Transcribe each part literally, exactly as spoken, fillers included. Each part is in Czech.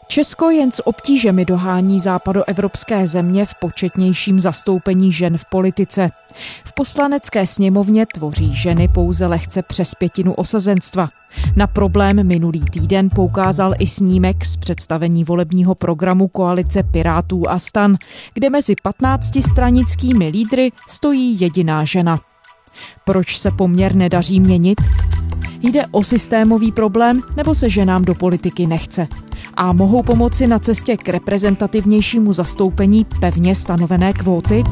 Česko jen s obtížemi dohání západoevropské země v početnějším zastoupení žen v politice. V poslanecké sněmovně tvoří ženy pouze lehce přes pětinu osazenstva. Na problém minulý týden poukázal i snímek z představení volebního programu koalice Pirátů a STAN, kde mezi patnácti stranickými lídry stojí jediná žena. Proč se poměr nedaří měnit? Jde o systémový problém, nebo se ženám do politiky nechce? A mohou pomoci na cestě k reprezentativnějšímu zastoupení pevně stanovené kvóty?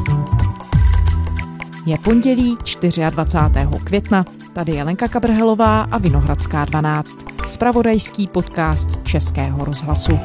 Je pondělí dvacátého čtvrtého května. Tady je Lenka Kabrhelová a Vinohradská dvanáct. Zpravodajský podcast Českého rozhlasu.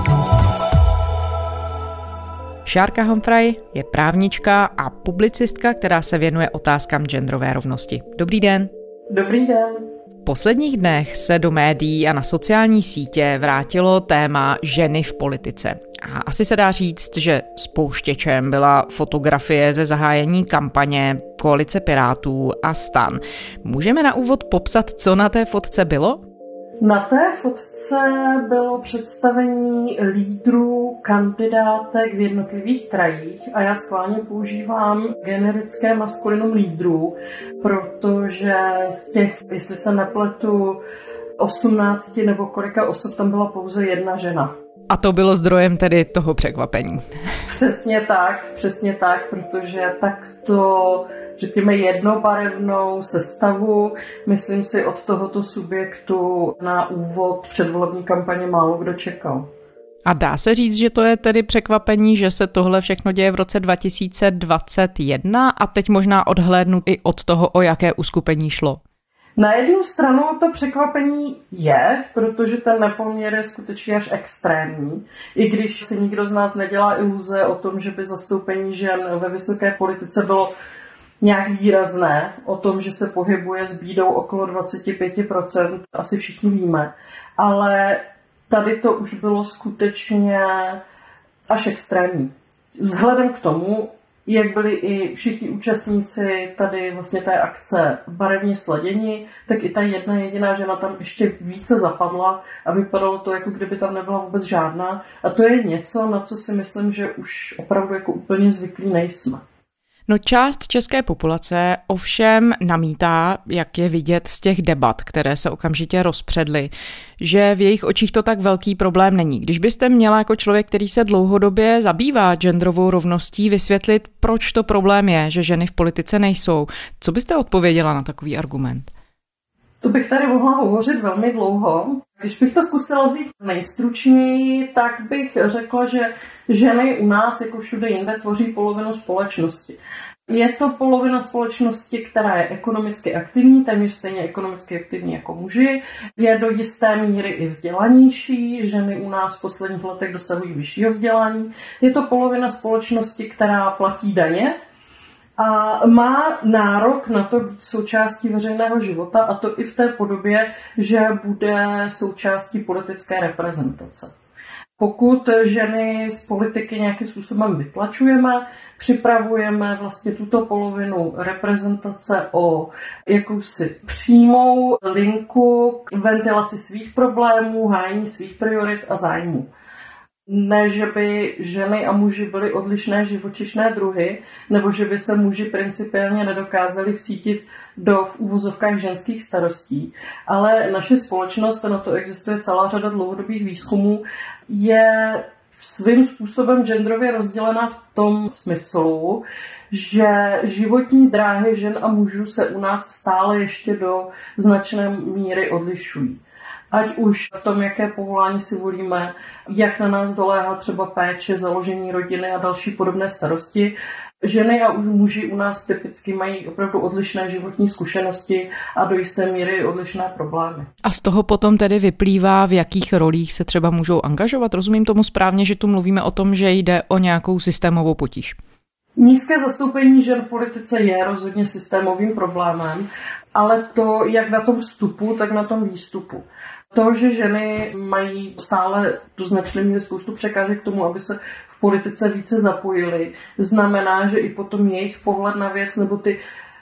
Šárka Humphrey je právnička a publicistka, která se věnuje otázkám genderové rovnosti. Dobrý den. Dobrý den. V posledních dnech se do médií a na sociální sítě vrátilo téma ženy v politice. A asi se dá říct, že spouštěčem byla fotografie ze zahájení kampaně koalice Pirátů a STAN. Můžeme na úvod popsat, co na té fotce bylo? Na té fotce bylo představení lídrů kandidátek v jednotlivých krajích a já schválně používám generické maskulinum lídrů, protože z těch, jestli se nepletu, osmnácti nebo kolika osob tam byla pouze jedna žena. A to bylo zdrojem tedy toho překvapení. Přesně tak, přesně tak, protože takto, řekněme, jednobarevnou sestavu, myslím si, od tohoto subjektu na úvod předvolební kampaně málo kdo čekal. A dá se říct, že to je tedy překvapení, že se tohle všechno děje v roce dva tisíce dvacet jedna a teď možná odhlédnu i od toho, o jaké uskupení šlo. Na jednu stranu to překvapení je, protože ten nepoměr je skutečně až extrémní. I když si nikdo z nás nedělá iluze o tom, že by zastoupení žen ve vysoké politice bylo nějak výrazné, o tom, že se pohybuje s bídou okolo dvacet pět procent, asi všichni víme. Ale tady to už bylo skutečně až extrémní. Vzhledem k tomu, jak byli i všichni účastníci tady vlastně té akce barevně sleděni, tak i ta jedna jediná žena tam ještě více zapadla a vypadalo to, jako kdyby tam nebyla vůbec žádná. A to je něco, na co si myslím, že už opravdu jako úplně zvyklí nejsme. No část české populace ovšem namítá, jak je vidět z těch debat, které se okamžitě rozpředly, že v jejich očích to tak velký problém není. Když byste měla jako člověk, který se dlouhodobě zabývá genderovou rovností, vysvětlit, proč to problém je, že ženy v politice nejsou, co byste odpověděla na takový argument? To bych tady mohla hovořit velmi dlouho. Když bych to zkusila vzít nejstručněji, tak bych řekla, že ženy u nás, jako všude jinde, tvoří polovinu společnosti. Je to polovina společnosti, která je ekonomicky aktivní, téměř stejně ekonomicky aktivní jako muži. Je do jisté míry i vzdělanější, ženy u nás v posledních letech dosahují vyššího vzdělání. Je to polovina společnosti, která platí daně a má nárok na to být součástí veřejného života, a to i v té podobě, že bude součástí politické reprezentace. Pokud ženy z politiky nějakým způsobem vytlačujeme, připravujeme vlastně tuto polovinu reprezentace o jakousi přímou linku k ventilaci svých problémů, hájení svých priorit a zájmů. Ne, že by ženy a muži byly odlišné živočišné druhy, nebo že by se muži principiálně nedokázali vcítit do v úvozovkách ženských starostí, ale naše společnost, a na to existuje celá řada dlouhodobých výzkumů, je svým způsobem genderově rozdělena v tom smyslu, že životní dráhy žen a mužů se u nás stále ještě do značné míry odlišují. Ať už v tom, jaké povolání si volíme, jak na nás doléhá třeba péče, založení rodiny a další podobné starosti. Ženy a muži u nás typicky mají opravdu odlišné životní zkušenosti a do jisté míry odlišné problémy. A z toho potom tedy vyplývá, v jakých rolích se třeba můžou angažovat? Rozumím tomu správně, že tu mluvíme o tom, že jde o nějakou systémovou potíž? Nízké zastoupení žen v politice je rozhodně systémovým problémem, ale to jak na tom vstupu, tak na tom výstupu. To, že ženy mají stále do značné míry spoustu překážek k tomu, aby se v politice více zapojily, znamená, že i potom jejich pohled na věc nebo ty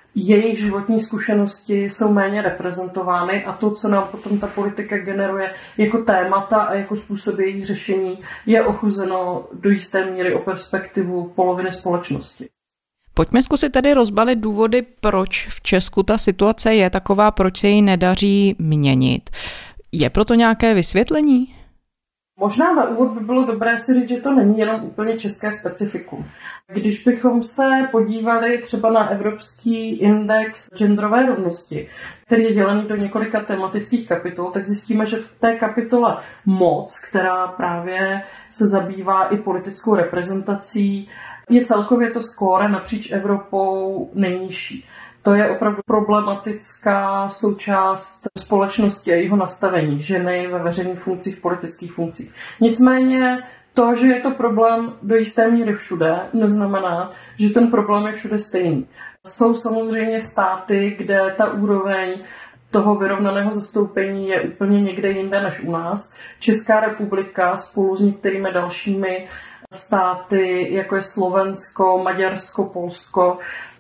jejich životní zkušenosti jsou méně reprezentovány a to, co nám potom ta politika generuje jako témata a jako způsob jejich řešení, je ochuzeno do jisté míry o perspektivu poloviny společnosti. Pojďme zkusit tedy rozbalit důvody, proč v Česku ta situace je taková, proč se ji nedaří měnit. Je proto nějaké vysvětlení? Možná na úvod by bylo dobré si říct, že to není jenom úplně české specifikum. Když bychom se podívali třeba na Evropský index genderové rovnosti, který je dělený do několika tematických kapitol, tak zjistíme, že v té kapitole moc, která právě se zabývá i politickou reprezentací, je celkově to skóre napříč Evropou nejnižší. To je opravdu problematická součást společnosti a jeho nastavení. Ženy ve veřejných funkcích, v politických funkcích. Nicméně to, že je to problém do jisté míry všude, neznamená, že ten problém je všude stejný. Jsou samozřejmě státy, kde ta úroveň toho vyrovnaného zastoupení je úplně někde jinde než u nás. Česká republika spolu s některými dalšími státy, jako je Slovensko, Maďarsko, Polsko,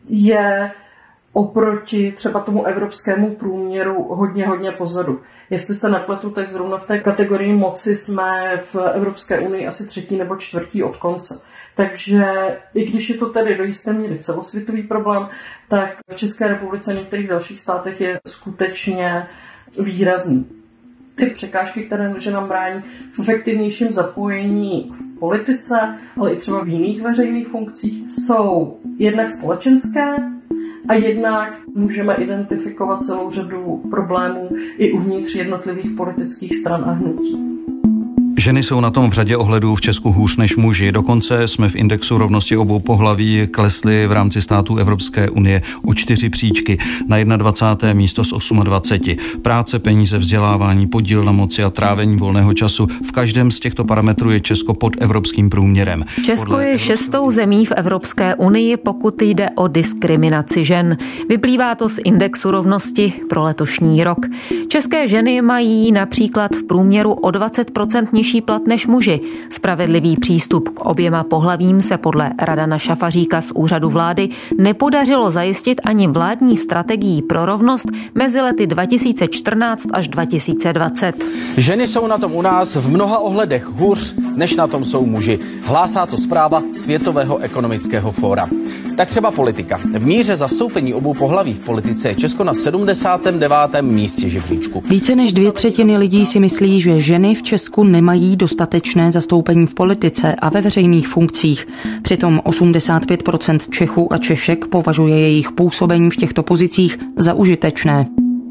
je oproti třeba tomu evropskému průměru hodně, hodně pozadu. Jestli se nepletu, tak zrovna v té kategorii moci jsme v Evropské unii asi třetí nebo čtvrtí od konce. Takže i když je to tedy do jisté míry celosvětový problém, tak v České republice a některých dalších státech je skutečně výrazný. Ty překážky, které že nám brání v efektivnějším zapojení v politice, ale i třeba v jiných veřejných funkcích, jsou jednak společenské, a jednak můžeme identifikovat celou řadu problémů i uvnitř jednotlivých politických stran a hnutí. Ženy jsou na tom v řadě ohledů v Česku hůř než muži. Dokonce jsme v indexu rovnosti obou pohlaví klesli v rámci států Evropské unie o čtyři příčky na dvacáté první místo z dvaceti osmi. Práce, peníze, vzdělávání, podíl na moci a trávení volného času. V každém z těchto parametrů je Česko pod evropským průměrem. Česko Podle je šestou zemí v Evropské unii, pokud jde o diskriminaci žen. Vyplývá to z indexu rovnosti pro letošní rok. České ženy mají například v průměru o dvacet procent nižší plat než muži. Spravedlivý přístup k oběma pohlavím se podle Radana Šafaříka z Úřadu vlády nepodařilo zajistit ani vládní strategií pro rovnost mezi lety dva tisíce čtrnáct až dva tisíce dvacet. Ženy jsou na tom u nás v mnoha ohledech hůř, než na tom jsou muži. Hlásá to zpráva Světového ekonomického fóra. Tak třeba politika. V míře zastoupení obou pohlaví v politice je Česko na sedmdesátém devátém místě žebříčku. Více než dvě třetiny lidí si myslí, že ženy v Česku nemají dostatečné zastoupení v politice a ve veřejných funkcích. Přitom osmdesát pět procent Čechů a Češek považuje jejich působení v těchto pozicích za užitečné.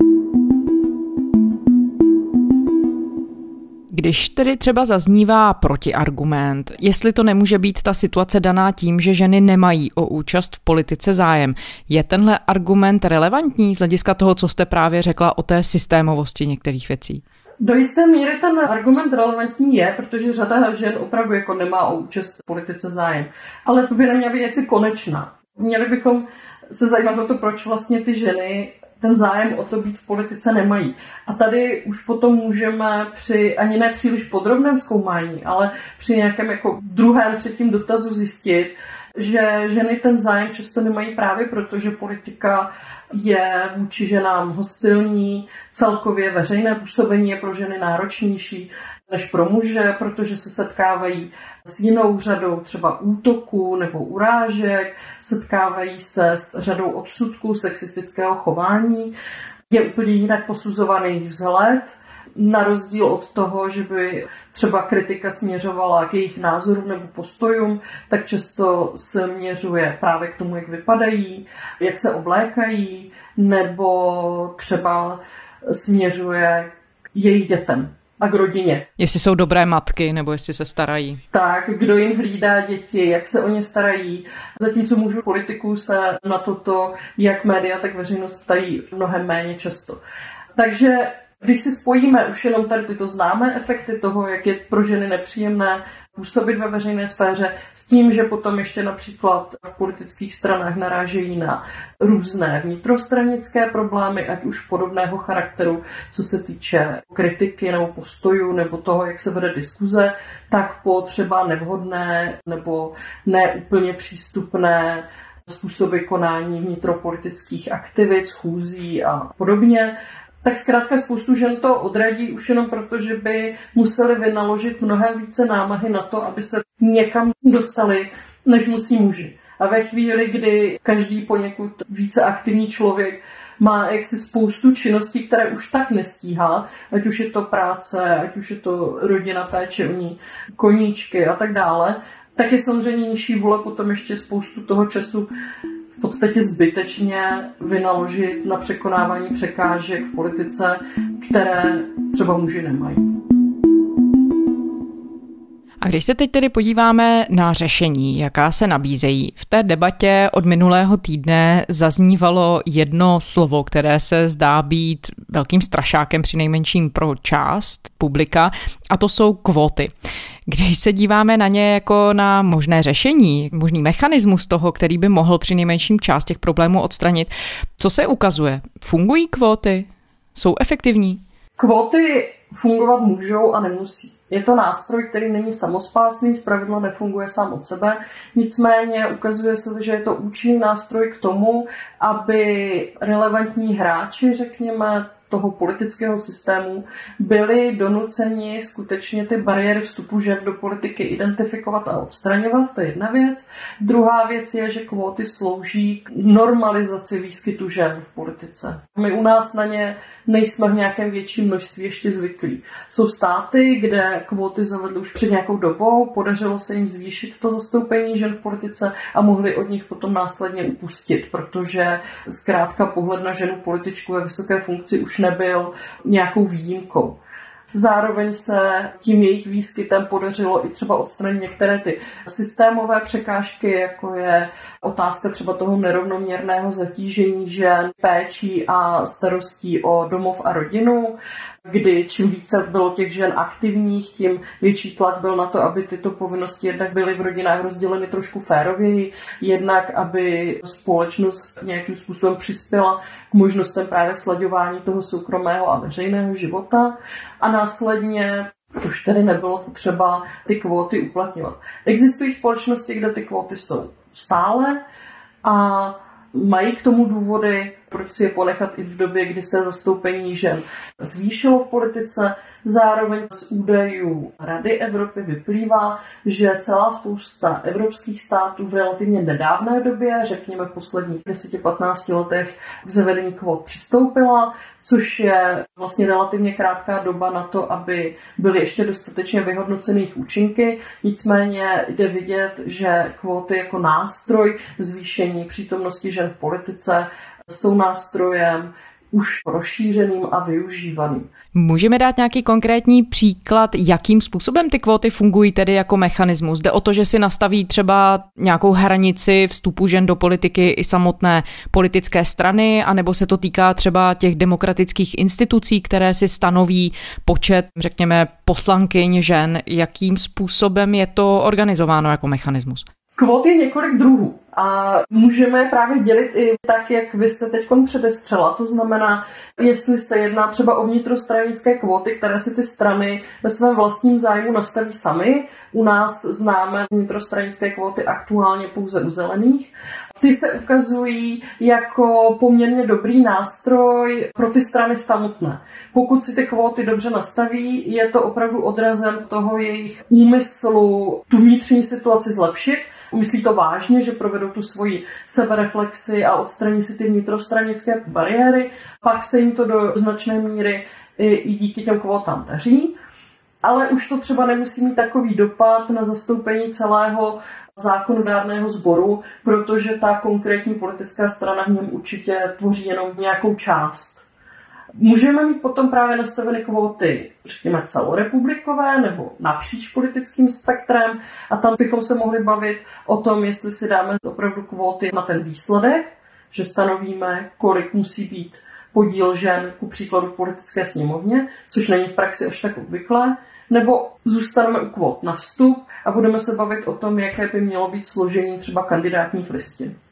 Když tedy třeba zaznívá protiargument, jestli to nemůže být ta situace daná tím, že ženy nemají o účast v politice zájem, je tenhle argument relevantní z hlediska toho, co jste právě řekla o té systémovosti některých věcí? Do jisté míry ten argument relevantní je, protože řada žen opravdu jako nemá o účast v politice zájem. Ale to by neměla být jaksi konečná. Měli bychom se zajímat o to, proč vlastně ty ženy ten zájem o to být v politice nemají. A tady už potom můžeme při ani ne příliš podrobném zkoumání, ale při nějakém jako druhém, třetím dotazu zjistit, že ženy ten zájem často nemají právě proto, že politika je vůči ženám hostilní, celkově veřejné působení je pro ženy náročnější než pro muže, protože se setkávají s jinou řadou třeba útoků nebo urážek, setkávají se s řadou odsudků sexistického chování, je úplně jinak posuzovaný jejich vzhled, na rozdíl od toho, že by třeba kritika směřovala k jejich názorům nebo postojům, tak často se měřuje právě k tomu, jak vypadají, jak se oblékají, nebo třeba směřuje k jejich dětem a k rodině. Jestli jsou dobré matky, nebo jestli se starají. Tak, kdo jim hlídá děti, jak se o ně starají. Zatímco mužů politiků se na toto, jak média, tak veřejnost ptají mnohem méně často. Takže když si spojíme už jenom tady tyto známé efekty toho, jak je pro ženy nepříjemné působit ve veřejné sféře, s tím, že potom ještě například v politických stranách narážejí na různé vnitrostranické problémy, ať už podobného charakteru, co se týče kritiky nebo postojů, nebo toho, jak se vede diskuze, tak po třeba nevhodné nebo neúplně přístupné způsoby konání vnitropolitických aktivit, schůzí a podobně, tak zkrátka spoustu žen to odradí už jenom proto, že by museli vynaložit mnohem více námahy na to, aby se někam dostali, než musí muži. A ve chvíli, kdy každý poněkud více aktivní člověk má jaksi spoustu činností, které už tak nestíhá, ať už je to práce, ať už je to rodina, péče o ní, koníčky a tak dále, tak je samozřejmě nižší vůle potom ještě spoustu toho času v podstatě zbytečně vynaložit na překonávání překážek v politice, které třeba muži nemají. A když se teď tedy podíváme na řešení, jaká se nabízejí, v té debatě od minulého týdne zaznívalo jedno slovo, které se zdá být velkým strašákem přinejmenším pro část publika, a to jsou kvóty. Když se díváme na ně jako na možné řešení, možný mechanismus toho, který by mohl přinejmenším část těch problémů odstranit, co se ukazuje? Fungují kvóty? Jsou efektivní? Kvóty fungovat můžou a nemusí. Je to nástroj, který není samospásný, zpravidla nefunguje sám od sebe, nicméně ukazuje se, že je to účinný nástroj k tomu, aby relevantní hráči, řekněme, toho politického systému byli donuceni skutečně ty bariéry vstupu žen do politiky identifikovat a odstraňovat, to je jedna věc. Druhá věc je, že kvóty slouží k normalizaci výskytu žen v politice. My u nás na ně nejsme v nějakém větším množství ještě zvyklí. Jsou státy, kde kvóty zavedly už před nějakou dobou, podařilo se jim zvýšit to zastoupení žen v politice a mohli od nich potom následně upustit, protože zkrátka pohled na ženu političku ve vysoké funkci už nebyl nějakou výjimkou. Zároveň se tím jejich výskytem podařilo i třeba odstranit některé ty systémové překážky, jako je otázka třeba toho nerovnoměrného zatížení žen péčí a starostí o domov a rodinu, kdy čím více bylo těch žen aktivních, tím větší tlak byl na to, aby tyto povinnosti jednak byly v rodinách rozděleny trošku férověji, jednak aby společnost nějakým způsobem přispěla k možnostem právě slaďování toho soukromého a veřejného života a následně už tedy nebylo třeba ty kvóty uplatňovat. Existují společnosti, kde ty kvóty jsou stále a mají k tomu důvody, proč si je ponechat i v době, kdy se zastoupení žen zvýšilo v politice. Zároveň z údajů Rady Evropy vyplývá, že celá spousta evropských států v relativně nedávné době, řekněme v posledních deset až patnáct letech, k zavedení kvót přistoupila, což je vlastně relativně krátká doba na to, aby byly ještě dostatečně vyhodnoceny jejich účinky. Nicméně jde vidět, že kvóty jako nástroj zvýšení přítomnosti žen v politice jsou nástrojem už rozšířeným a využívaným. Můžeme dát nějaký konkrétní příklad, jakým způsobem ty kvóty fungují tedy jako mechanismus? Jde o to, že si nastaví třeba nějakou hranici vstupu žen do politiky i samotné politické strany, anebo se to týká třeba těch demokratických institucí, které si stanoví počet, řekněme, poslankyň žen. Jakým způsobem je to organizováno jako mechanismus? Kvót je několik druhů a můžeme je právě dělit i tak, jak vy jste teď předestřela. To znamená, jestli se jedná třeba o vnitrostranické kvóty, které si ty strany ve svém vlastním zájmu nastaví sami. U nás známe vnitrostranické kvóty aktuálně pouze u zelených. Ty se ukazují jako poměrně dobrý nástroj pro ty strany samotné. Pokud si ty kvóty dobře nastaví, je to opravdu odrazem toho jejich úmyslu tu vnitřní situaci zlepšit. Myslí to vážně, že provedou tu svoji sebereflexi a odstraní si ty vnitrostranické bariéry, pak se jim to do značné míry i, i díky těm kvótám daří. Ale už to třeba nemusí mít takový dopad na zastoupení celého zákonodárného sboru, protože ta konkrétní politická strana v něm určitě tvoří jenom nějakou část. Můžeme mít potom právě nastaveny kvóty, řekněme, celorepublikové nebo napříč politickým spektrem a tam bychom se mohli bavit o tom, jestli si dáme opravdu kvóty na ten výsledek, že stanovíme, kolik musí být podíl žen ku příkladu v politické sněmovně, což není v praxi až tak obvyklé, nebo zůstaneme u kvót na vstup a budeme se bavit o tom, jaké by mělo být složení třeba kandidátních listin.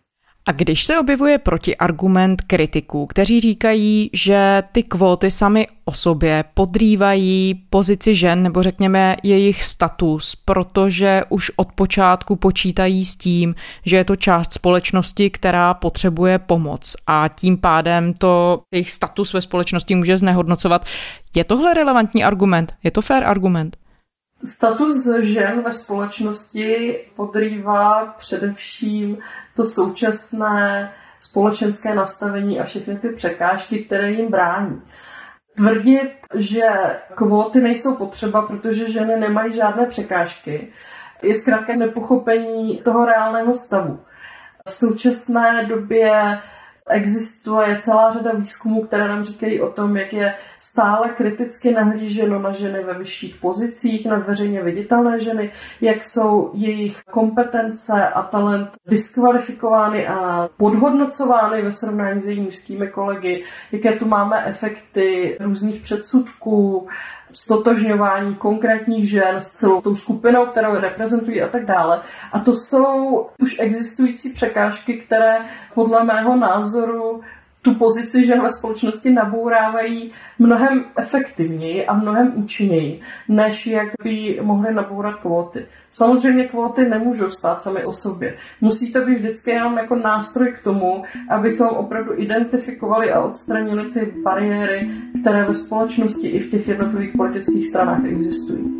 A když se objevuje protiargument kritiků, kteří říkají, že ty kvóty samy o sobě podrývají pozici žen nebo řekněme jejich status, protože už od počátku počítají s tím, že je to část společnosti, která potřebuje pomoc a tím pádem to jejich status ve společnosti může znehodnocovat. Je tohle relevantní argument? Je to fair argument? Status žen ve společnosti podrývá především to současné společenské nastavení a všechny ty překážky, které jim brání. Tvrdit, že kvóty nejsou potřeba, protože ženy nemají žádné překážky, je zkrátka nepochopení toho reálného stavu. V současné době existuje celá řada výzkumů, které nám říkají o tom, jak je stále kriticky nahlíženo na ženy ve vyšších pozicích, na veřejně viditelné ženy, jak jsou jejich kompetence a talent diskvalifikovány a podhodnocovány ve srovnání s jejími mužskými kolegy, jaké tu máme efekty různých předsudků, stotožňování konkrétních žen s celou tou skupinou, kterou reprezentují a tak dále. A to jsou už existující překážky, které podle mého názoru tu pozici žen ve společnosti nabourávají mnohem efektivněji a mnohem účinněji, než jak by mohly nabourat kvóty. Samozřejmě kvóty nemůžou stát sami o sobě. Musí to být vždycky jenom jako nástroj k tomu, abychom opravdu identifikovali a odstranili ty bariéry, které ve společnosti i v těch jednotlivých politických stranách existují.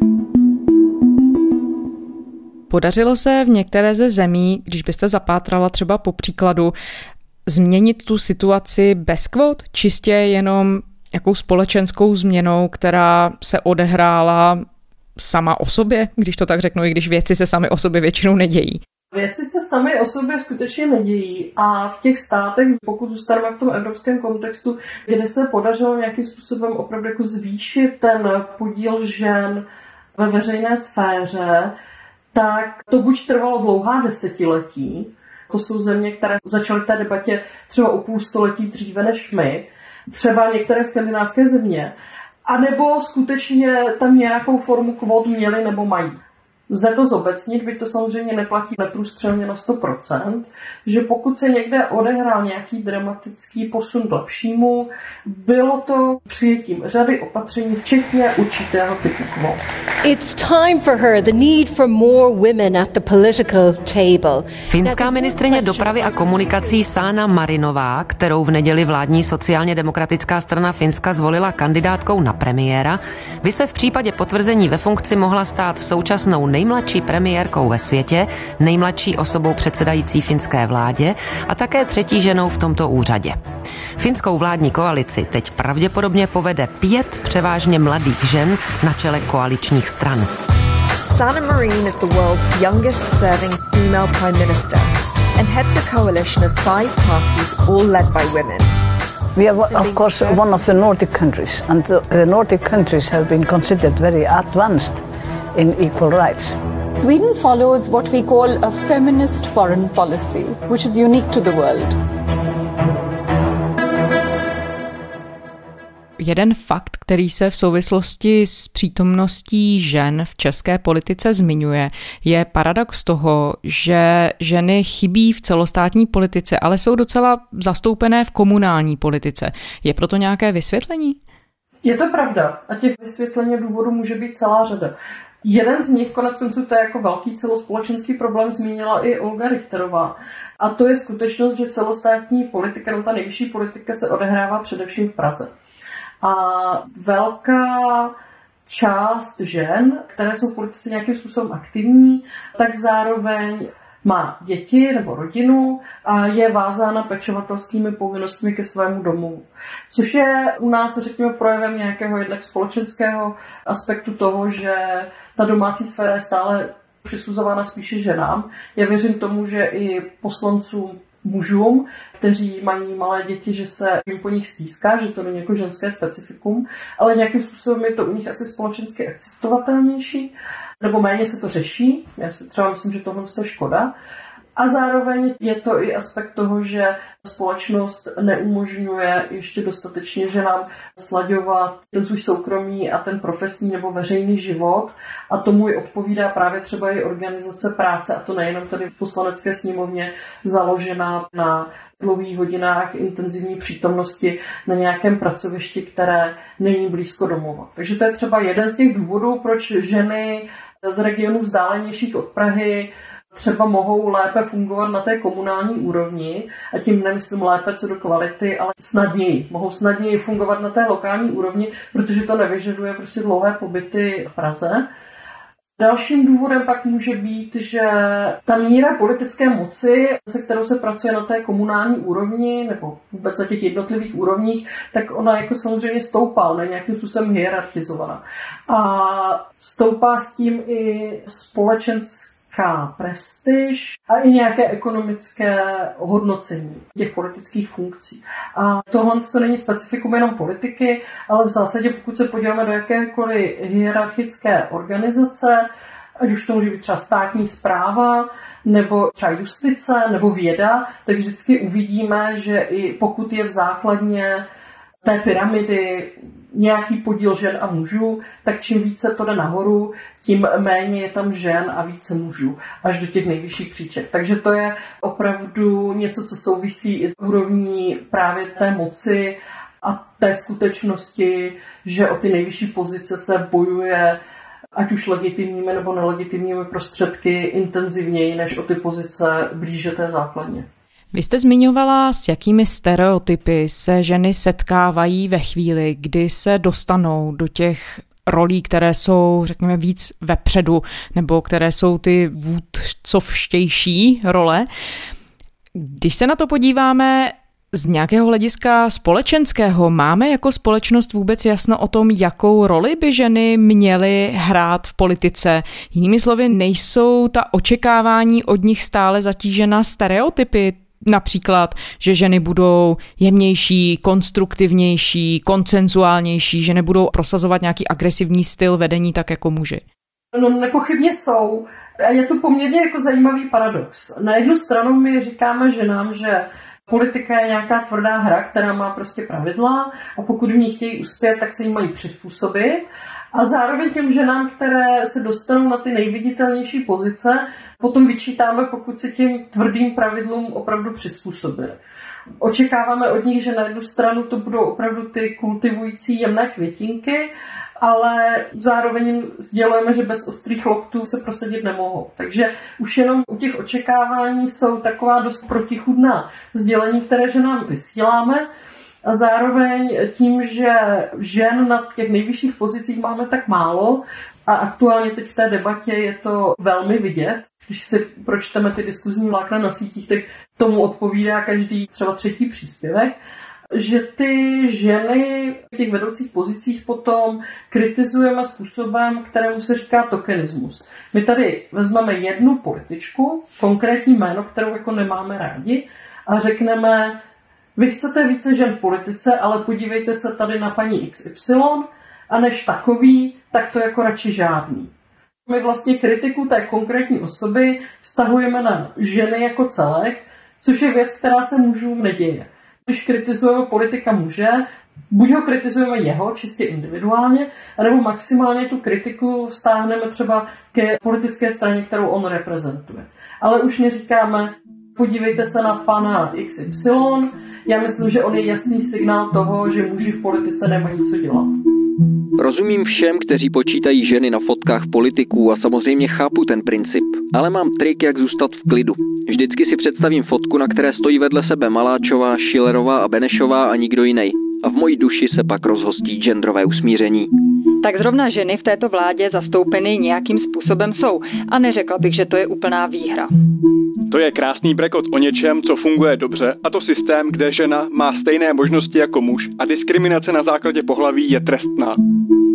Podařilo se v některé ze zemí, když byste zapátrala třeba po příkladu, změnit tu situaci bez kvót, čistě jenom jakou společenskou změnou, která se odehrála sama o sobě, když to tak řeknu, i když věci se sami o sobě většinou nedějí? Věci se sami o sobě skutečně nedějí a v těch státech, pokud zůstaneme v tom evropském kontextu, kde se podařilo nějakým způsobem opravdu jako zvýšit ten podíl žen ve veřejné sféře, tak to buď trvalo dlouhá desetiletí, to jsou země, které začaly v té debatě třeba o půl století dříve než my, třeba některé skandinávské země, anebo skutečně tam nějakou formu kvót měly nebo mají. Lze to zobecnit, byť to samozřejmě neplatí neprůstřelně na sto procent, že pokud se někde odehrál nějaký dramatický posun k lepšímu, bylo to přijetím řady opatření, včetně určitého typu kvót. It's time for her, the need for more women at the political table. Finská ministryně dopravy a komunikací Sanna Marinová, kterou v neděli vládní sociálně demokratická strana Finska zvolila kandidátkou na premiéra, by se v případě potvrzení ve funkci mohla stát současnou nejmladší premiérkou ve světě, nejmladší osobou předsedající finské vládě a také třetí ženou v tomto úřadě. Finskou vládní koalici teď pravděpodobně povede pět převážně mladých žen na čele koaličních stran. Sanna Marin is the world's youngest serving female prime minister and heads a coalition of five parties all led by women. We are, of course, one of the Nordic countries, and the Nordic countries have been considered very advanced in equal rights. Sweden follows what we call a feminist foreign policy, which is unique to the world. Jeden fakt, který se v souvislosti s přítomností žen v české politice zmiňuje, je paradox toho, že ženy chybí v celostátní politice, ale jsou docela zastoupené v komunální politice. Je proto nějaké vysvětlení? Je to pravda a těch vysvětlení důvodu může být celá řada. Jeden z nich, konec konců, to je jako velký celospolečenský problém, zmínila i Olga Richterová. A to je skutečnost, že celostátní politika, no ta nejvyšší politika se odehrává především v Praze. A velká část žen, které jsou v politice nějakým způsobem aktivní, tak zároveň má děti nebo rodinu a je vázána pečovatelskými povinnostmi ke svému domu. Což je u nás, řekněme, projevem nějakého jednak společenského aspektu toho, že ta domácí sféra je stále přisuzována spíše ženám. Já věřím tomu, že i poslancům mužům, kteří mají malé děti, že se jim po nich stýská, že to není jako ženské specifikum, ale nějakým způsobem je to u nich asi společensky akceptovatelnější, nebo méně se to řeší. Já si třeba myslím, že tohle je škoda. A zároveň je to i aspekt toho, že společnost neumožňuje ještě dostatečně ženám slaďovat ten svůj soukromý a ten profesní nebo veřejný život. A tomu i odpovídá právě třeba i organizace práce, a to nejenom tady v Poslanecké sněmovně, založená na dlouhých hodinách intenzivní přítomnosti na nějakém pracovišti, které není blízko domova. Takže to je třeba jeden z těch důvodů, proč ženy z regionů vzdálenějších od Prahy třeba mohou lépe fungovat na té komunální úrovni, a tím nemyslím lépe co do kvality, ale snadněji. Mohou snadněji fungovat na té lokální úrovni, protože to nevyžaduje prostě dlouhé pobyty v Praze. Dalším důvodem pak může být, že ta míra politické moci, se kterou se pracuje na té komunální úrovni nebo vůbec na těch jednotlivých úrovních, tak ona jako samozřejmě stoupá, ona je nějakým způsobem hierarchizovaná. A stoupá s tím i společenská prestiž a i nějaké ekonomické hodnocení těch politických funkcí. A tohle to není specifikum jenom politiky, ale v zásadě, pokud se podíváme do jakékoliv hierarchické organizace, ať už to může být třeba státní správa, nebo třeba justice, nebo věda, tak vždycky uvidíme, že i pokud je v základně té pyramidy nějaký podíl žen a mužů, tak čím více to jde nahoru, tím méně je tam žen a více mužů, až do těch nejvyšších příček. Takže to je opravdu něco, co souvisí i s úrovní právě té moci a té skutečnosti, že o ty nejvyšší pozice se bojuje ať už legitimními nebo nelegitimními prostředky intenzivněji, než o ty pozice blíže té základně. Vy jste zmiňovala, s jakými stereotypy se ženy setkávají ve chvíli, kdy se dostanou do těch rolí, které jsou, řekněme, víc vepředu, nebo které jsou ty vůdcovštější role. Když se na to podíváme z nějakého hlediska společenského, máme jako společnost vůbec jasno o tom, jakou roli by ženy měly hrát v politice? Jinými slovy, nejsou ta očekávání od nich stále zatížena stereotypy? Například, že ženy budou jemnější, konstruktivnější, konsenzuálnější, že nebudou prosazovat nějaký agresivní styl vedení tak jako muži. No nepochybně jsou. A je to poměrně jako zajímavý paradox. Na jednu stranu my říkáme ženám, že politika je nějaká tvrdá hra, která má prostě pravidla a pokud v ní chtějí uspět, tak se jí mají přizpůsobit. A zároveň těm ženám, které se dostanou na ty nejviditelnější pozice, potom vyčítáme, pokud se těm tvrdým pravidlům opravdu přizpůsobili. Očekáváme od nich, že na jednu stranu to budou opravdu ty kultivující jemné květinky, ale zároveň jim sdělujeme, že bez ostrých loktů se prosadit nemohou. Takže už jenom u těch očekávání jsou taková dost protichůdná sdělení, které ženám vysíláme. A zároveň tím, že žen na těch nejvyšších pozicích máme tak málo a aktuálně teď v té debatě je to velmi vidět. Když si pročteme ty diskuzní vlákna na sítích, tak tomu odpovídá každý třeba třetí příspěvek, že ty ženy v těch vedoucích pozicích potom kritizujeme způsobem, kterému se říká tokenismus. My tady vezmeme jednu političku, konkrétní jméno, kterou jako nemáme rádi, a řekneme: vy chcete více žen v politice, ale podívejte se tady na paní iks ypsilon a než takový, tak to jako radši žádný. My vlastně kritiku té konkrétní osoby vztahujeme na ženy jako celek, což je věc, která se mužům neděje. Když kritizujeme politika muže, buď ho kritizujeme jeho, čistě individuálně, anebo maximálně tu kritiku vztáhneme třeba ke politické straně, kterou on reprezentuje. Ale už neříkáme: podívejte se na pana iks ypsilon, já myslím, že on je jasný signál toho, že muži v politice nemají co dělat. Rozumím všem, kteří počítají ženy na fotkách politiků a samozřejmě chápu ten princip, ale mám trik, jak zůstat v klidu. Vždycky si představím fotku, na které stojí vedle sebe Maláčová, Schillerová a Benešová a nikdo jiný. A v mojí duši se pak rozhostí genderové usmíření. Tak zrovna ženy v této vládě zastoupeny nějakým způsobem jsou a neřekla bych, že to je úplná výhra. To je krásný brekot o něčem, co funguje dobře, a to systém, kde žena má stejné možnosti jako muž a diskriminace na základě pohlaví je trestná.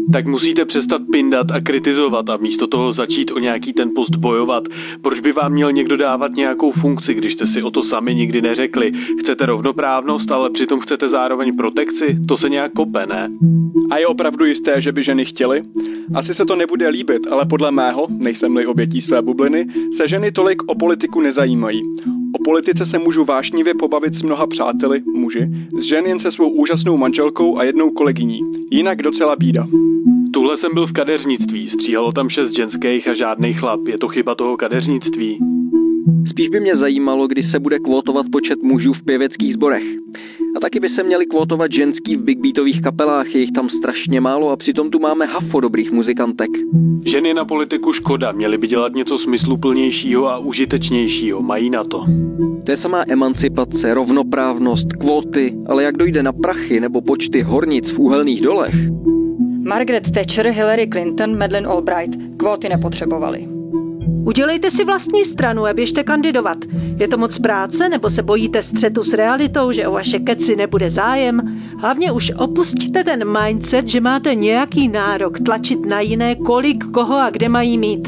Tak musíte přestat pindat a kritizovat a místo toho začít o nějaký ten post bojovat. Proč by vám měl někdo dávat nějakou funkci, když jste si o to sami nikdy neřekli? Chcete rovnoprávnost, ale přitom chcete zároveň protekci? To se nějak kope, ne? A je opravdu jisté, že by ženy chtěly? Asi se to nebude líbit, ale podle mého, nejsem-li obětí své bubliny, se ženy tolik o politiku nezajímají. O politice se můžu vášnivě pobavit s mnoha přáteli, muži, s žen jen se svou úžasnou manželkou a jednou kolegyní. Jinak docela bída. Tuhle jsem byl v kadeřnictví, stříhalo tam šest ženských a žádnej chlap. Je to chyba toho kadeřnictví? Spíš by mě zajímalo, kdy se bude kvótovat počet mužů v pěveckých sborech. A taky by se měli kvótovat ženský v big beatových kapelách, je jich tam strašně málo a přitom tu máme hafo dobrých muzikantek. Ženy na politiku škoda, měly by dělat něco smysluplnějšího a užitečnějšího, mají na to. To je samá emancipace, rovnoprávnost, kvóty, ale jak dojde na prachy nebo počty hornic v uhelných dolech? Margaret Thatcher, Hillary Clinton, Madeleine Albright kvóty nepotřebovali. Udělejte si vlastní stranu a běžte kandidovat. Je to moc práce, nebo se bojíte střetu s realitou, že o vaše keci nebude zájem? Hlavně už opustíte ten mindset, že máte nějaký nárok tlačit na jiné, kolik, koho a kde mají mít.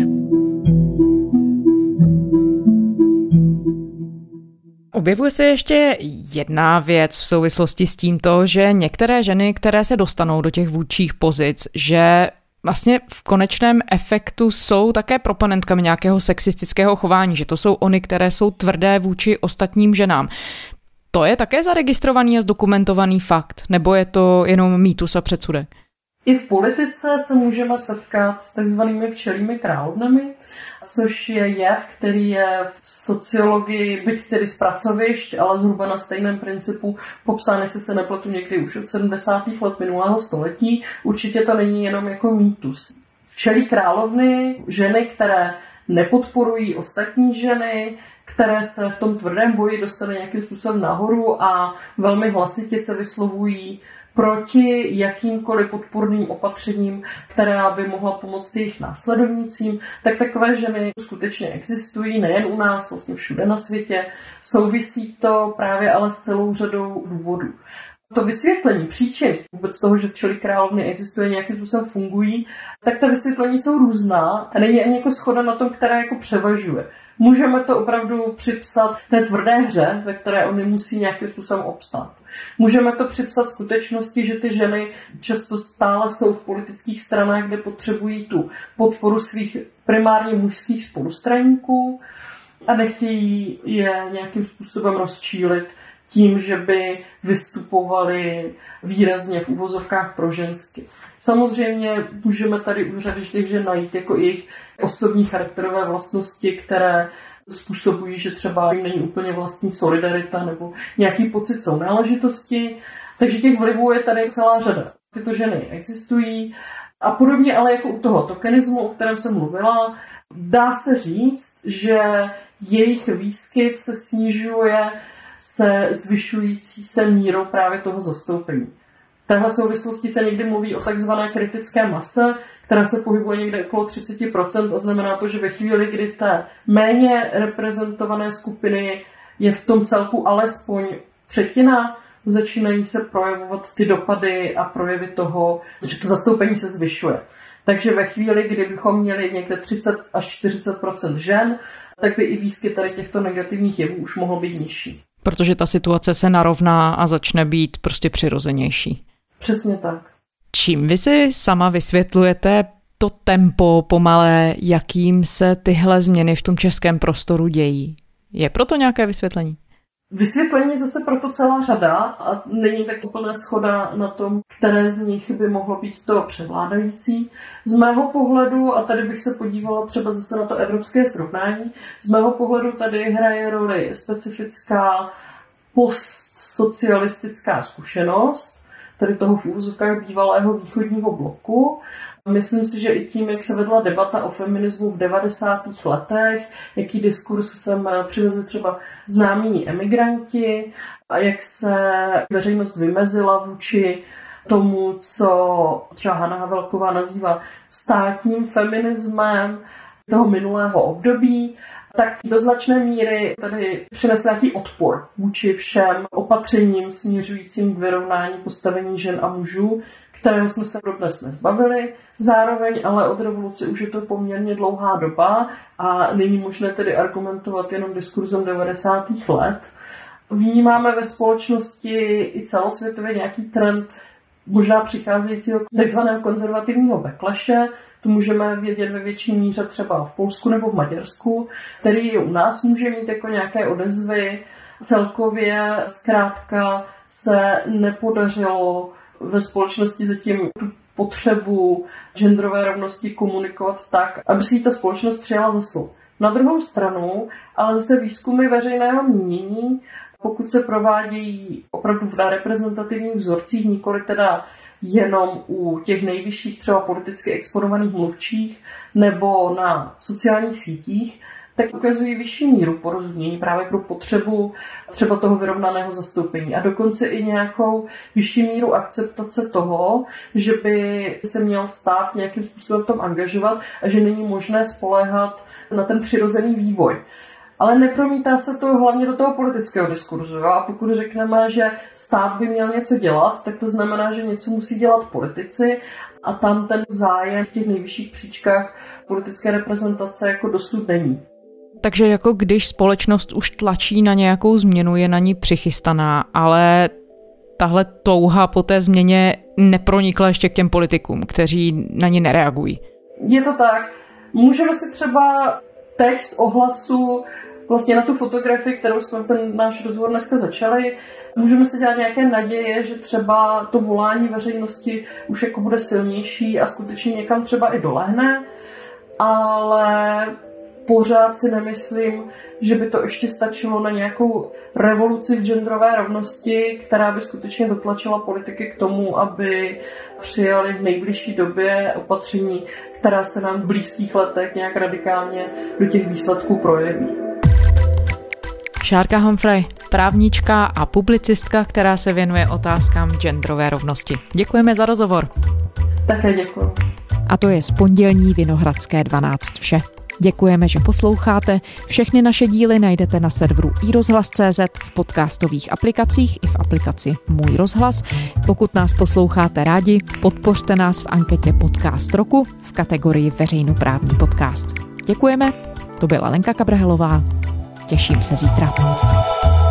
Objevuje se ještě jedna věc v souvislosti s tímto, že některé ženy, které se dostanou do těch vůdčích pozic, že vlastně v konečném efektu jsou také proponentkami nějakého sexistického chování, že to jsou ony, které jsou tvrdé vůči ostatním ženám. To je také zaregistrovaný a zdokumentovaný fakt, nebo je to jenom mýtus a předsudek? I v politice se můžeme setkat s takzvanými včelími královnami, což je jev, který je v sociologii, byť tedy z pracovišť, ale zhruba na stejném principu popsán, jestli se nepletu, někdy už od sedmdesátých let minulého století. Určitě to není jenom jako mýtus. Včelí královny, ženy, které nepodporují ostatní ženy, které se v tom tvrdém boji dostaly nějakým způsobem nahoru a velmi hlasitě se vyslovují proti jakýmkoliv podporným opatřením, která by mohla pomoct jejich následovnícím, tak takové ženy skutečně existují, nejen u nás, vlastně všude na světě. Souvisí to právě ale s celou řadou důvodů. To vysvětlení příčin vůbec toho, že včely královny existuje, nějakým způsobem fungují, tak ta vysvětlení jsou různá a není ani jako shoda na tom, která jako převažuje. Můžeme to opravdu připsat té tvrdé hře, ve které oni musí nějakým způsobem obstát. Můžeme to připsat skutečnosti, že ty ženy často stále jsou v politických stranách, kde potřebují tu podporu svých primárně mužských spolustraníků a nechtějí je nějakým způsobem rozčílit tím, že by vystupovali výrazně v uvozovkách pro žensky. Samozřejmě můžeme tady u řady těch žen najít jako jejich osobní charakterové vlastnosti, které způsobují, že třeba jim není úplně vlastní solidarita nebo nějaký pocit sounáležitosti. Takže těch vlivů je tady celá řada. Tyto ženy existují a podobně, ale jako u toho tokenismu, o kterém jsem mluvila, dá se říct, že jejich výskyt se snižuje se zvyšující se mírou právě toho zastoupení. V téhle souvislosti se někdy mluví o takzvané kritické mase, která se pohybuje někde okolo třicet procent a znamená to, že ve chvíli, kdy té méně reprezentované skupiny je v tom celku alespoň třetina, začínají se projevovat ty dopady a projevy toho, že to zastoupení se zvyšuje. Takže ve chvíli, kdy bychom měli někde třicet až čtyřicet procent žen, tak by i výskyt tady těchto negativních jevů už mohl být nižší. Protože ta situace se narovná a začne být prostě přirozenější. Přesně tak. Čím vy si sama vysvětlujete to tempo pomalé, jakým se tyhle změny v tom českém prostoru dějí? Je proto nějaké vysvětlení? Vysvětlení zase proto celá řada a není tak úplná shoda na tom, které z nich by mohlo být to převládající. Z mého pohledu, a tady bych se podívala třeba zase na to evropské srovnání, z mého pohledu tady hraje roli specifická postsocialistická zkušenost, tady toho v úvozovkách bývalého východního bloku. Myslím si, že i tím, jak se vedla debata o feminismu v devadesátých letech, jaký diskurs sem přivezli třeba známí emigranti a jak se veřejnost vymezila vůči tomu, co třeba Hana Havelková nazývá státním feminismem, toho minulého období, tak do značné míry tady přinese nějaký odpor vůči všem opatřením směřujícím k vyrovnání postavení žen a mužů, kterého jsme se dodnes nezbavili. Zároveň ale od revoluce už je to poměrně dlouhá doba a není možné tedy argumentovat jenom diskurzem devadesátých let. Vnímáme ve společnosti i celosvětově nějaký trend možná přicházejícího takzvaného konzervativního backlashe. To můžeme vědět ve větší míře třeba v Polsku nebo v Maďarsku, který u nás může mít jako nějaké odezvy. Celkově zkrátka se nepodařilo ve společnosti zatím tu potřebu genderové rovnosti komunikovat tak, aby si ji ta společnost přijala za svou. Na druhou stranu, ale zase výzkumy veřejného mínění, pokud se provádějí opravdu v reprezentativních vzorcích, nikoli teda jenom u těch nejvyšších třeba politicky exponovaných mluvčích nebo na sociálních sítích, tak ukazují vyšší míru porozumění právě pro potřebu třeba toho vyrovnaného zastoupení a dokonce i nějakou vyšší míru akceptace toho, že by se měl stát nějakým způsobem v tom angažovat a že není možné spoléhat na ten přirozený vývoj. Ale nepromítá se to hlavně do toho politického diskurzu. Jo? A pokud řekneme, že stát by měl něco dělat, tak to znamená, že něco musí dělat politici a tam ten zájem v těch nejvyšších příčkách politické reprezentace jako dosud není. Takže jako když společnost už tlačí na nějakou změnu, je na ní přichystaná, ale tahle touha po té změně nepronikla ještě k těm politikům, kteří na ní nereagují. Je to tak. Můžeme si třeba teď z ohlasu vlastně na tu fotografii, kterou jsme ten náš rozhovor dneska začali, můžeme si dělat nějaké naděje, že třeba to volání veřejnosti už jako bude silnější a skutečně někam třeba i dolehne, ale pořád si nemyslím, že by to ještě stačilo na nějakou revoluci v genderové rovnosti, která by skutečně dotlačila politiky k tomu, aby přijali v nejbližší době opatření, která se nám v blízkých letech nějak radikálně do těch výsledků projeví. Šárka Humphrey, právnička a publicistka, která se věnuje otázkám genderové rovnosti. Děkujeme za rozhovor. Také děkuji. A to je z pondělní Vinohradské dvanáct vše. Děkujeme, že posloucháte. Všechny naše díly najdete na serveru i rozhlas tečka cé zet, v podcastových aplikacích i v aplikaci Můj rozhlas. Pokud nás posloucháte rádi, podpořte nás v anketě Podcast roku v kategorii Veřejnoprávní podcast. Děkujeme, to byla Lenka Kabrhelová. Těším se zítra.